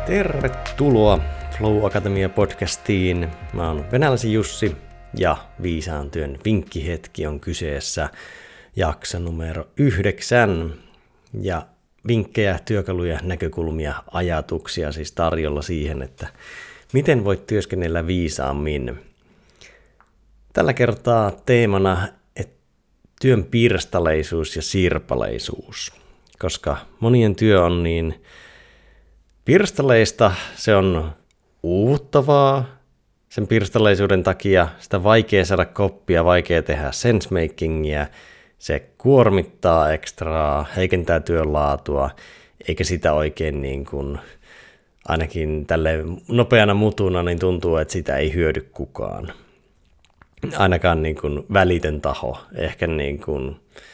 Tervetuloa Flow Akatemia podcastiin. Mä oon Venäläisen Jussi ja Viisaan työn vinkkihetki on kyseessä jakso numero 9. Ja vinkkejä, työkaluja, näkökulmia, ajatuksia siis tarjolla siihen, että miten voit työskennellä viisaammin. Tällä kertaa teemana työn pirstaleisuus ja sirpaleisuus, koska monien työ on niin pirstaleista, se on uuvuttavaa, sen pirstaleisuuden takia sitä vaikea saada koppia, vaikea tehdä sensemakingia, se kuormittaa ekstraa, heikentää työn laatua, eikä sitä oikein niin kuin, ainakin tälle nopeana mutuna niin tuntuu, että sitä ei hyödy kukaan. Ainakaan niin kuin välitön taho, ehkä niin kuin,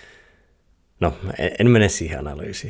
no en mene siihen analyysiin.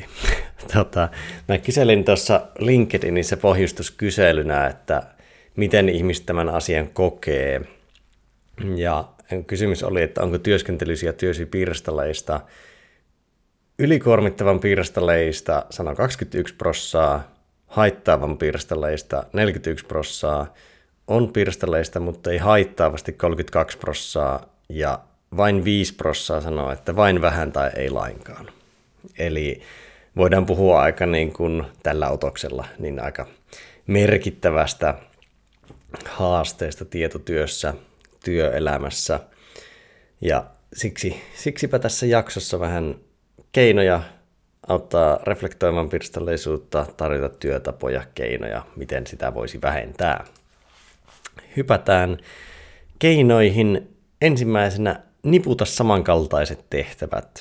Mä kyselin tuossa LinkedInissä pohjustuskyselynä, että miten ihmiset tämän asian kokee. Ja kysymys oli, että onko työskentelysi ja työsi pirstaleista. Ylikuormittavan pirstaleista sano 21%, haittaavan pirstaleista 41%, on pirstaleista, mutta ei haittaavasti 32%, ja vain 5% sanoo, että vain vähän tai ei lainkaan. Eli voidaan puhua aika niin kuin tällä otoksella niin aika merkittävästä haasteesta tietotyössä, työelämässä. Ja siksipä tässä jaksossa vähän keinoja auttaa reflektoimaan pirstaleisuutta, tarjota työtapoja, keinoja, miten sitä voisi vähentää. Hypätään keinoihin. Ensimmäisenä niputa samankaltaiset tehtävät,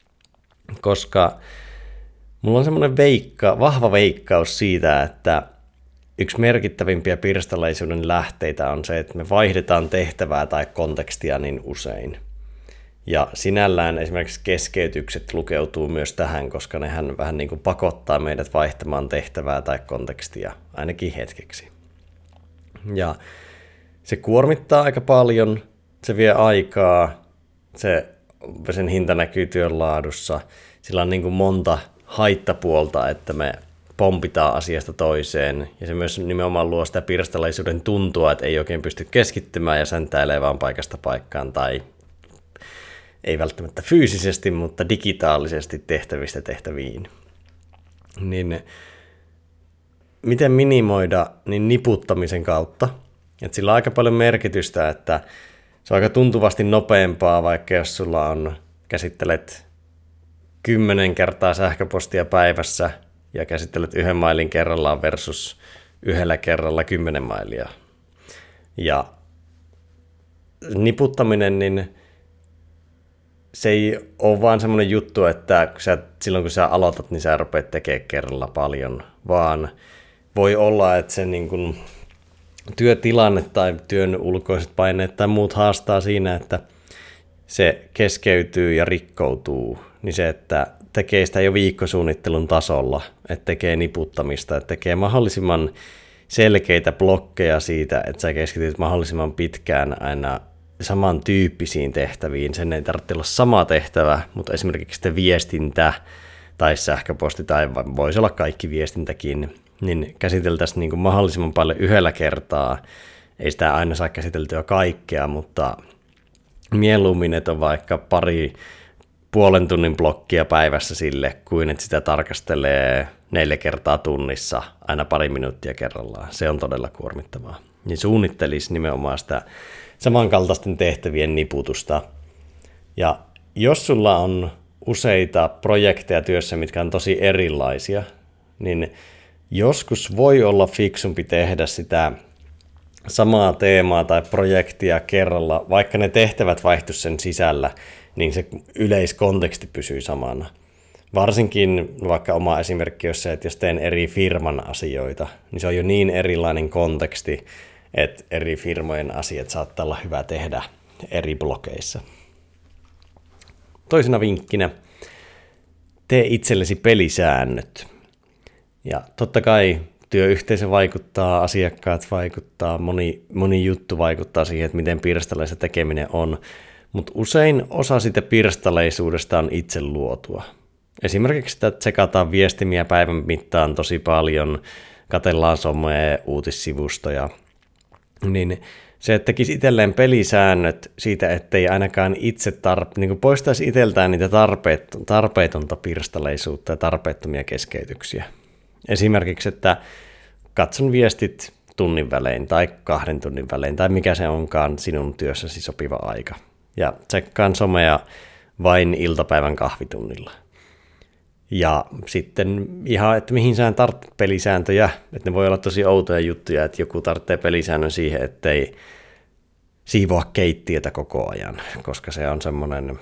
koska mulla on semmoinen vahva veikkaus siitä, että yksi merkittävimpiä pirstaleisuuden lähteitä on se, että me vaihdetaan tehtävää tai kontekstia niin usein. Ja sinällään esimerkiksi keskeytykset lukeutuu myös tähän, koska nehän vähän niin kuin pakottaa meidät vaihtamaan tehtävää tai kontekstia, ainakin hetkeksi. Ja se kuormittaa aika paljon, se vie aikaa, sen hinta näkyy työn laadussa, sillä on niin kuin monta haittapuolta, että me pompitaan asiasta toiseen, ja se myös nimenomaan luo sitä pirstaleisuuden tuntua, että ei oikein pysty keskittymään ja säntäilee vaan paikasta paikkaan, tai ei välttämättä fyysisesti, mutta digitaalisesti tehtävistä tehtäviin. Niin miten minimoida niin niputtamisen kautta, että sillä on aika paljon merkitystä, että se on aika tuntuvasti nopeampaa, vaikka jos sulla käsittelet 10 kertaa sähköpostia päivässä ja käsittelet 1 mailin kerrallaan versus 1 kerralla 10 mailia. Ja niputtaminen, niin se ei ole vaan semmoinen juttu, että silloin kun sä aloitat, niin sä rupeat tekemään kerralla paljon, vaan voi olla, että se niin kuin työtilanne tai työn ulkoiset paineet tai muut haastaa siinä, että se keskeytyy ja rikkoutuu, niin se, että tekee sitä jo viikkosuunnittelun tasolla, että tekee niputtamista, että tekee mahdollisimman selkeitä blokkeja siitä, että sä keskityt mahdollisimman pitkään aina samantyyppisiin tehtäviin. Sen ei tarvitse olla sama tehtävä, mutta esimerkiksi sitten viestintä tai sähköposti tai voisi olla kaikki viestintäkin, niin käsiteltäisiin niin kuin mahdollisimman paljon yhdellä kertaa. Ei sitä aina saa käsiteltyä kaikkea, mutta mieluummin, että on vaikka puolen tunnin blokkia päivässä sille, kuin että sitä tarkastelee 4 kertaa tunnissa, aina pari minuuttia kerrallaan. Se on todella kuormittavaa. Niin suunnittelisi nimenomaan sitä samankaltaisten tehtävien niputusta. Ja jos sulla on useita projekteja työssä, mitkä on tosi erilaisia, niin joskus voi olla fiksumpi tehdä sitä samaa teemaa tai projektia kerralla, vaikka ne tehtävät vaihtuisi sen sisällä, niin se yleiskonteksti pysyy samana. Varsinkin vaikka oma esimerkki on se, että jos teen eri firman asioita, niin se on jo niin erilainen konteksti, että eri firmojen asiat saattaa olla hyvä tehdä eri blokeissa. Toisena vinkkinä, tee itsellesi pelisäännöt. Ja totta kai työyhteisö vaikuttaa, asiakkaat vaikuttaa, moni juttu vaikuttaa siihen, että miten pirstaleista tekeminen on, mutta usein osa siitä pirstaleisuudesta on itse luotua. Esimerkiksi sitä tsekataan viestimiä päivän mittaan tosi paljon, katsellaan somea, uutissivustoja, niin se, että tekisi itselleen pelisäännöt siitä, ettei ainakaan itse niin poistaisi itseltään niitä tarpeetonta pirstaleisuutta ja tarpeettomia keskeytyksiä. Esimerkiksi, että katson viestit tunnin välein tai 2 tunnin välein tai mikä se onkaan sinun työssäsi sopiva aika. Ja tsekkaan somea vain iltapäivän kahvitunnilla. Ja sitten ihan, että mihin sä tarvitset pelisääntöjä, että ne voi olla tosi outoja juttuja, että joku tarvitsee pelisäännön siihen, ettei siivoa keittiötä koko ajan, koska se on semmoinen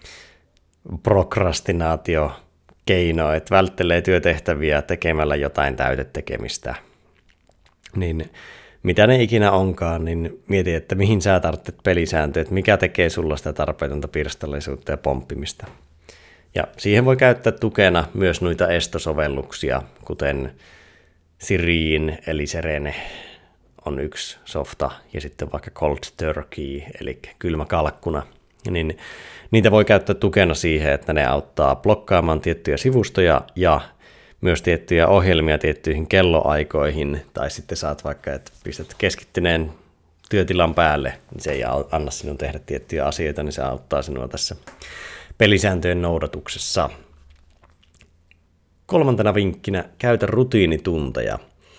prokrastinaatiokeino, että välttelee työtehtäviä tekemällä jotain täytetekemistä. Niin mitä ne ikinä onkaan, niin mieti, että mihin sä tarvitset pelisääntöjä, että mikä tekee sulla sitä tarpeetonta pirstaleisuutta ja pomppimista. Ja siihen voi käyttää tukena myös noita estosovelluksia, kuten Sirin eli Serene on yksi softa, ja sitten vaikka Cold Turkey, eli kylmä kalkkuna. Niin niitä voi käyttää tukena siihen, että ne auttaa blokkaamaan tiettyjä sivustoja ja myös tiettyjä ohjelmia tiettyihin kelloaikoihin, tai sitten saat vaikka, että pistät keskittyneen työtilan päälle, niin se ei anna sinun tehdä tiettyjä asioita, niin se auttaa sinua tässä pelisääntöjen noudatuksessa. 3. vinkkinä, käytä rutiinitunteja.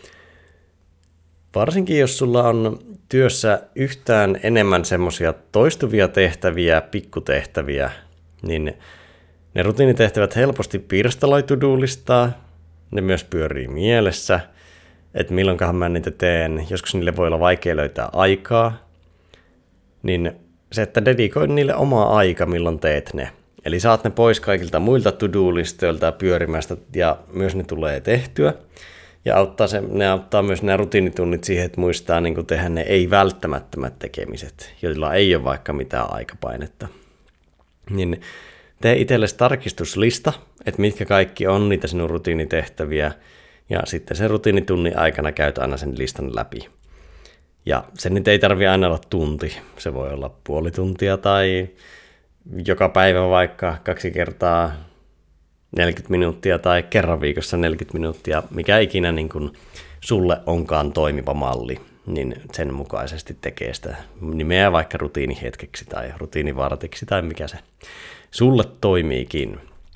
Varsinkin jos sulla on työssä yhtään enemmän semmoisia toistuvia tehtäviä, pikkutehtäviä, niin ne rutiinitehtävät helposti pirstaloi to-do-listaa, ne myös pyörii mielessä, että milloinkahan mä niitä teen, joskus niille voi olla vaikea löytää aikaa, niin se, että dedikoi niille omaa aika, milloin teet ne. Eli saat ne pois kaikilta muilta to-do-listoilta pyörimästä ja myös ne tulee tehtyä. Ja ne auttaa myös nämä rutiinitunnit siihen, että muistaa niin tehdä ne ei-välttämättömät tekemiset, joilla ei ole vaikka mitään aikapainetta. Niin tee itsellesi tarkistuslista, että mitkä kaikki on niitä sinun rutiinitehtäviä, ja sitten sen rutiinitunnin aikana käyt aina sen listan läpi. Ja sen nyt ei tarvitse aina olla tunti, se voi olla puoli tuntia tai joka päivä vaikka 2 kertaa 40 minuuttia tai kerran viikossa 40 minuuttia, mikä ikinä niin kuin sulle onkaan toimiva malli, niin sen mukaisesti tekee sitä nimeä vaikka rutiinihetkeksi tai rutiinivartiksi tai mikä se sulle toimiikin.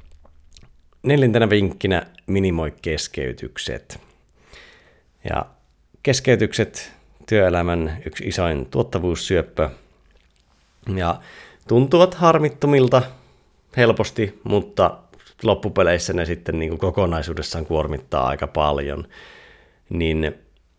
4. vinkkinä, minimoi keskeytykset. Ja keskeytykset, työelämän yksi isoin tuottavuussyöppö, ja tuntuvat harmittomilta helposti, mutta loppupeleissä ne sitten niin kuin kokonaisuudessaan kuormittaa aika paljon. Niin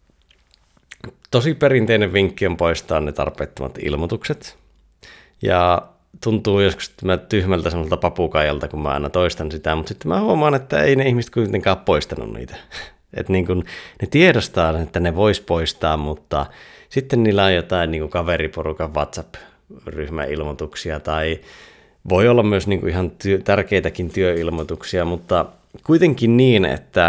tosi perinteinen vinkki on poistaa ne tarpeettomat ilmoitukset. Ja tuntuu joskus tyhmältä semmoilta papukaijalta, kun mä aina toistan sitä, mutta sitten mä huomaan, että ei ne ihmiset kuitenkaan poistanut niitä. Että niin kuin ne tiedostaa, että ne vois poistaa, mutta sitten niillä on jotain niin kuin kaveriporukan WhatsApp-ryhmäilmoituksia tai voi olla myös niin kuin ihan tärkeitäkin työilmoituksia, mutta kuitenkin niin, että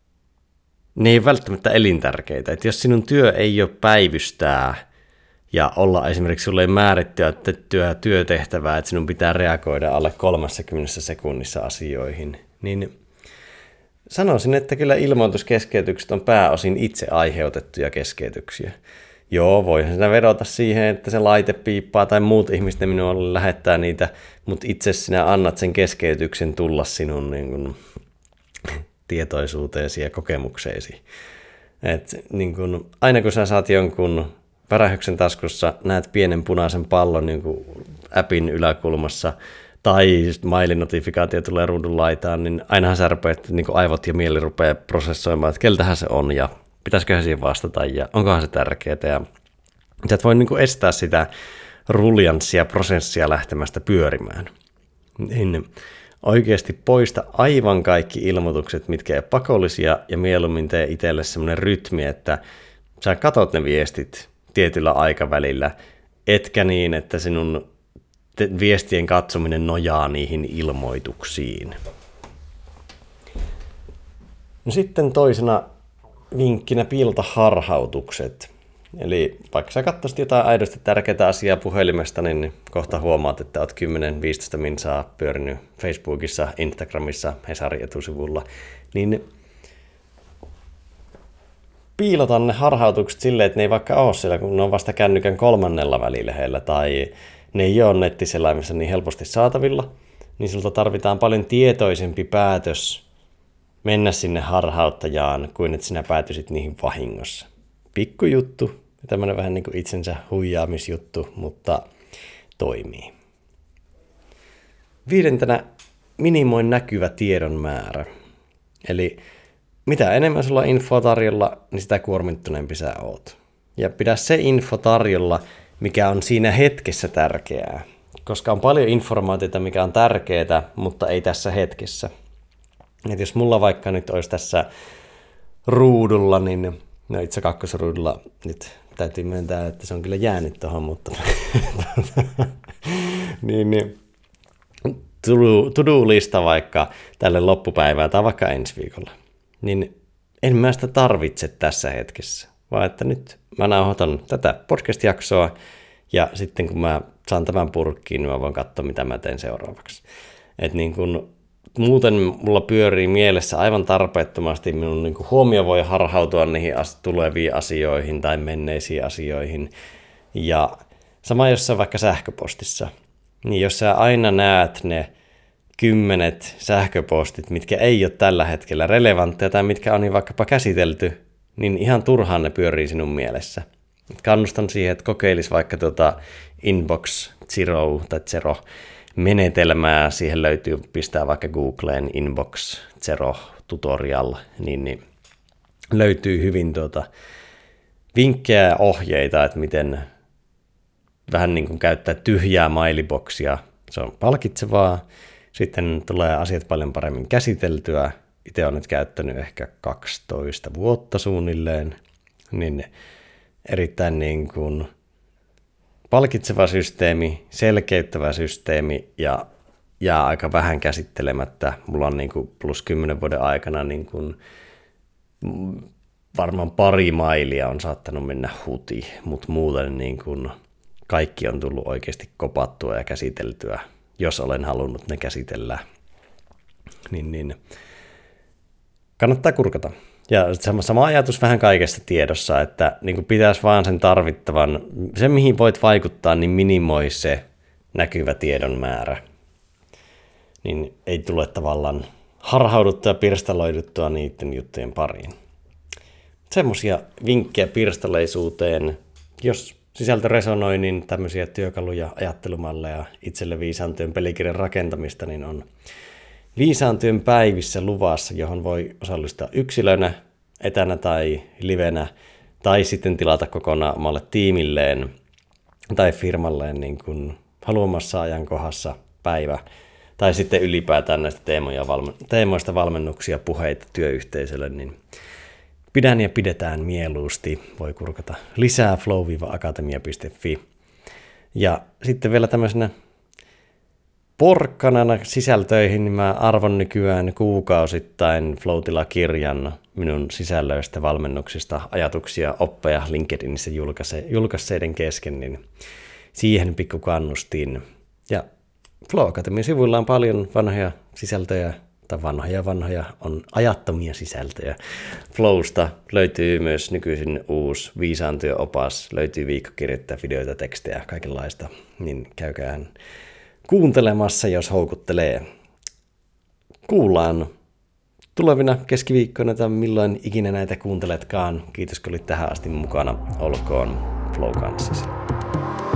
ne ei välttämättä elintärkeitä. Että jos sinun työ ei ole päivystää ja olla esimerkiksi sulle ei määrittyä työtehtävää, että sinun pitää reagoida alle 30 sekunnissa asioihin, niin sanoisin, että kyllä ilmoituskeskeytykset on pääosin itse aiheutettuja keskeytyksiä. Joo, voihan sinä vedota siihen, että se laite piippaa tai muut ihmiset minulle lähettää niitä, mutta itse sinä annat sen keskeytyksen tulla sinun niin kuin tietoisuuteesi ja kokemukseesi. Et, niin kuin, aina kun sä saat jonkun värähyksen taskussa, näet pienen punaisen pallon niin kuin appin yläkulmassa tai mailinotifikaatio tulee ruudun laitaan, niin ainahan sä rupeat, niin kuin aivot ja mieli rupeaa prosessoimaan, että keltähän se on ja pitäisiköhän siihen vastata ja onkohan se tärkeää. Ja sä et voi niin kuin estää sitä ruljanssia, prosessia lähtemästä pyörimään. Niin oikeasti poista aivan kaikki ilmoitukset, mitkä ei pakollisia ja mieluummin tee itselle semmoinen rytmi, että sä katot ne viestit tietyllä aikavälillä, etkä niin, että sinun viestien katsominen nojaa niihin ilmoituksiin. No sitten toisena vinkkinä piilotaharhautukset. Eli vaikka sä katsoisit jotain aidosti tärkeää asiaa puhelimesta, niin kohta huomaat, että oot 10-15 minsaa pyörinyt Facebookissa, Instagramissa, Hesarin etusivulla. Niin piilota ne harhautukset silleen, että ne ei vaikka ole siellä, kun ne on vasta kännykän 3. välilehdellä tai ne ei ole nettiselaimissa niin helposti saatavilla, niin siltä tarvitaan paljon tietoisempi päätös mennä sinne harhauttajaan, kuin että sinä päätyisit niihin vahingossa. Pikkujuttu, tämmöinen vähän niin kuin itsensä huijaamisjuttu, mutta toimii. 5. minimoi näkyvä tiedon määrä. Eli mitä enemmän sulla on infoa tarjolla, niin sitä kuormittuneempi sä oot. Ja pidä se info tarjolla, mikä on siinä hetkessä tärkeää. Koska on paljon informaatiota, mikä on tärkeää, mutta ei tässä hetkessä. Et jos mulla vaikka nyt olisi tässä ruudulla, niin no itse kakkosruudulla nyt täytyy myöntää, että se on kyllä jäänyt tuohon, mutta niin to-do-lista vaikka tälle loppupäivään tai vaikka ensi viikolla, niin en mä sitä tarvitse tässä hetkessä, vaan että nyt mä nauhoitan tätä podcast-jaksoa ja sitten kun mä saan tämän purkkiin, niin mä voin katsoa, mitä mä teen seuraavaksi. Et niin kun, muuten mulla pyörii mielessä aivan tarpeettomasti, minun niin kun huomio voi harhautua niihin tuleviin asioihin tai menneisiin asioihin. Ja sama jos on vaikka sähköpostissa, niin jos sä aina näet ne 10 sähköpostit, mitkä ei ole tällä hetkellä relevantteja tai mitkä on niin vaikkapa käsitelty, niin ihan turhaan ne pyörii sinun mielessä. Kannustan siihen, että kokeilis vaikka Inbox Zero tai Zero menetelmää. Siihen löytyy, pistää vaikka Googleen Inbox Zero tutorial, niin löytyy hyvin vinkkejä ja ohjeita, että miten vähän niin kuin käyttää tyhjää mailiboksia. Se on palkitsevaa. Sitten tulee asiat paljon paremmin käsiteltyä. Itse olen nyt käyttänyt ehkä 12 vuotta suunnilleen, niin erittäin niin kuin palkitseva systeemi, selkeyttävä systeemi ja jää aika vähän käsittelemättä. Mulla on niin kuin plus 10 vuoden aikana niin kuin varmaan 2 mailia on saattanut mennä huti, mutta muuten niin kuin kaikki on tullut oikeasti kopattua ja käsiteltyä, jos olen halunnut ne käsitellä. Niin kannattaa kurkata. Ja sama ajatus vähän kaikessa tiedossa, että niin pitäisi vaan sen tarvittavan, se mihin voit vaikuttaa, niin minimoi se näkyvä tiedon määrä. Niin ei tule tavallaan harhauduttua ja pirstaloiduttua niiden juttujen pariin. Semmoisia vinkkejä pirstaleisuuteen, jos sisältö resonoi, niin tämmöisiä työkaluja, ajattelumalleja, itselle viisaan työn pelikirjan rakentamista, niin on Viisaan työn päivissä luvassa, johon voi osallistua yksilönä, etänä tai livenä, tai sitten tilata kokonaan omalle tiimilleen tai firmalleen niin kuin haluamassa ajankohdassa päivä, tai sitten ylipäätään näistä teemoista valmennuksia, puheita työyhteisölle, niin pidän ja pidetään mieluusti. Voi kurkata lisää flow-akatemia.fi. Ja sitten vielä tämmöisenä porkkanana sisältöihin, niin mä arvon nykyään kuukausittain Flow-tila-kirjan minun sisällöistä, valmennuksista, ajatuksia, oppeja LinkedInissä julkaisseiden kesken, niin siihen pikku kannustin. Ja Flow Akatemian sivuilla on paljon vanhoja sisältöjä, tai vanhoja, on ajattomia sisältöjä. Flowsta löytyy myös nykyisin uusi viisaan työopas, löytyy viikkokirjoittaa videoita, tekstejä, kaikenlaista, niin käykään kuuntelemassa, jos houkuttelee. Kuullaan tulevina keskiviikkoina tai milloin ikinä näitä kuunteletkaan. Kiitos, kun olit tähän asti mukana. Olkoon Flow kanssasi.